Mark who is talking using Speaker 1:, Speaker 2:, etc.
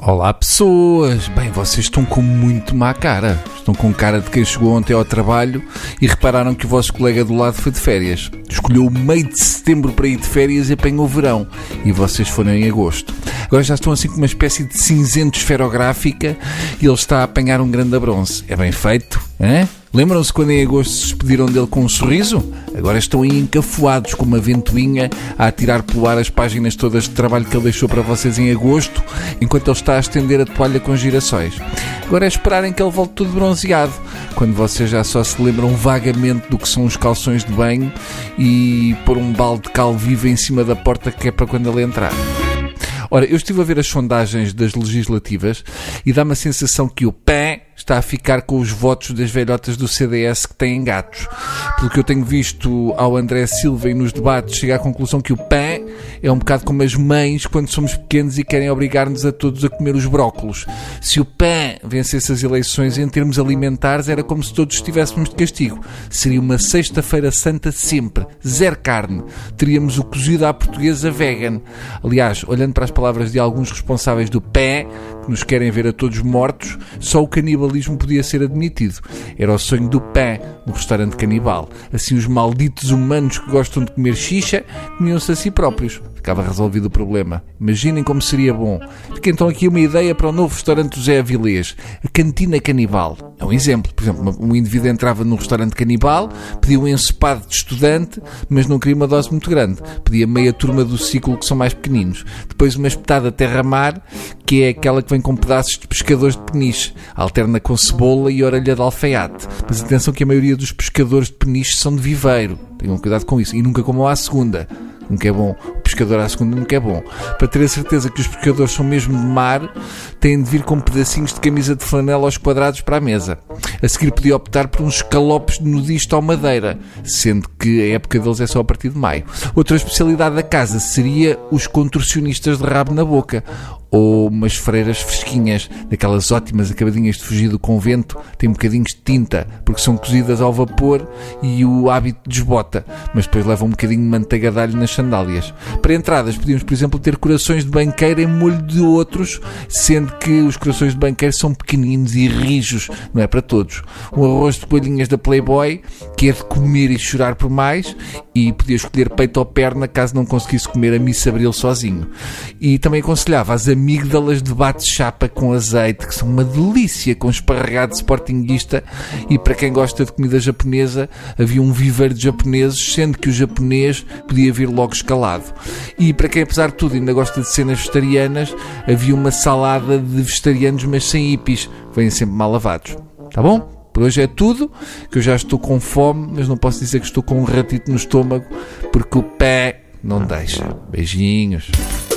Speaker 1: Olá pessoas, bem, vocês estão com muito má cara. Estão com cara de quem chegou ontem ao trabalho e repararam que o vosso colega do lado foi de férias. Escolheu o meio de setembro para ir de férias e apanhou o verão. E vocês foram em agosto. Agora já estão assim com uma espécie de cinzento esferográfica e ele está a apanhar um grande bronze. É bem feito, hein? Lembram-se quando em agosto se despediram dele com um sorriso? Agora estão aí encafuados com uma ventoinha a atirar pelo ar as páginas todas de trabalho que ele deixou para vocês em agosto, enquanto ele está a estender a toalha com girassóis. Agora é esperarem que ele volte todo bronzeado, quando vocês já só se lembram vagamente do que são os calções de banho e pôr um balde de cal viva em cima da porta que é para quando ele entrar. Ora, eu estive a ver as sondagens das legislativas e dá-me a sensação que o PAN está a ficar com os votos das velhotas do CDS que têm gatos. Pelo que eu tenho visto ao André Silva e nos debates, chega à conclusão que o PAN é um bocado como as mães quando somos pequenos e querem obrigar-nos a todos a comer os brócolos. Se o PAN vencesse as eleições em termos alimentares, era como se todos estivéssemos de castigo. Seria uma sexta-feira santa sempre. Zero carne. Teríamos o cozido à portuguesa vegan. Aliás, olhando para as palavras de alguns responsáveis do PAN, que nos querem ver a todos mortos, só o canibalismo podia ser admitido. Era o sonho do PAN no restaurante canibal. Assim os malditos humanos que gostam de comer xixa comiam-se a si próprios. Ficava resolvido o problema. Imaginem como seria bom. Fica então aqui uma ideia para o novo restaurante José Avilés. A cantina canibal. É um exemplo. Por exemplo, um indivíduo entrava num restaurante canibal, pedia um ensopado de estudante, mas não queria uma dose muito grande. Pedia meia turma do ciclo, que são mais pequeninos. Depois uma espetada terra-mar, que é aquela que vem com pedaços de pescadores de peniche. Alterna com cebola e orelha de alfaiate. Mas atenção que a maioria dos pescadores de peniche são de viveiro. Tenham cuidado com isso. E nunca comam à segunda. Nunca é bom. O pescador à segunda nunca é bom. Para ter a certeza que os pescadores são mesmo de mar, têm de vir com pedacinhos de camisa de flanela aos quadrados para a mesa. A seguir podia optar por uns escalopes de nudista ao madeira, sendo que a época deles é só a partir de maio. Outra especialidade da casa seria os contorcionistas de rabo na boca, ou umas freiras fresquinhas, daquelas ótimas acabadinhas de fugir do convento, têm bocadinhos de tinta, porque são cozidas ao vapor e o hábito desbota, mas depois levam um bocadinho de manteiga de alho nas sandálias. Para entradas, podíamos, por exemplo, ter corações de banqueiro em molho de outros, sendo que os corações de banqueiro são pequeninos e rijos, não é para todos. Um arroz de coelhinhas da Playboy, que é de comer e chorar por mais, e podia escolher peito ou perna caso não conseguisse comer a Miss Abril sozinho. E também aconselhava as amígdalas de bate-chapa com azeite, que são uma delícia, com esparregado sportinguista, e para quem gosta de comida japonesa, havia um viveiro de japoneses, sendo que o japonês podia vir logo escalado. E para quem, apesar de tudo, ainda gosta de cenas vegetarianas, havia uma salada de vegetarianos, mas sem hippies, vêm sempre mal lavados. Tá bom? Por hoje é tudo, que eu já estou com fome, mas não posso dizer que estou com um ratito no estômago, porque o pé não deixa. Beijinhos.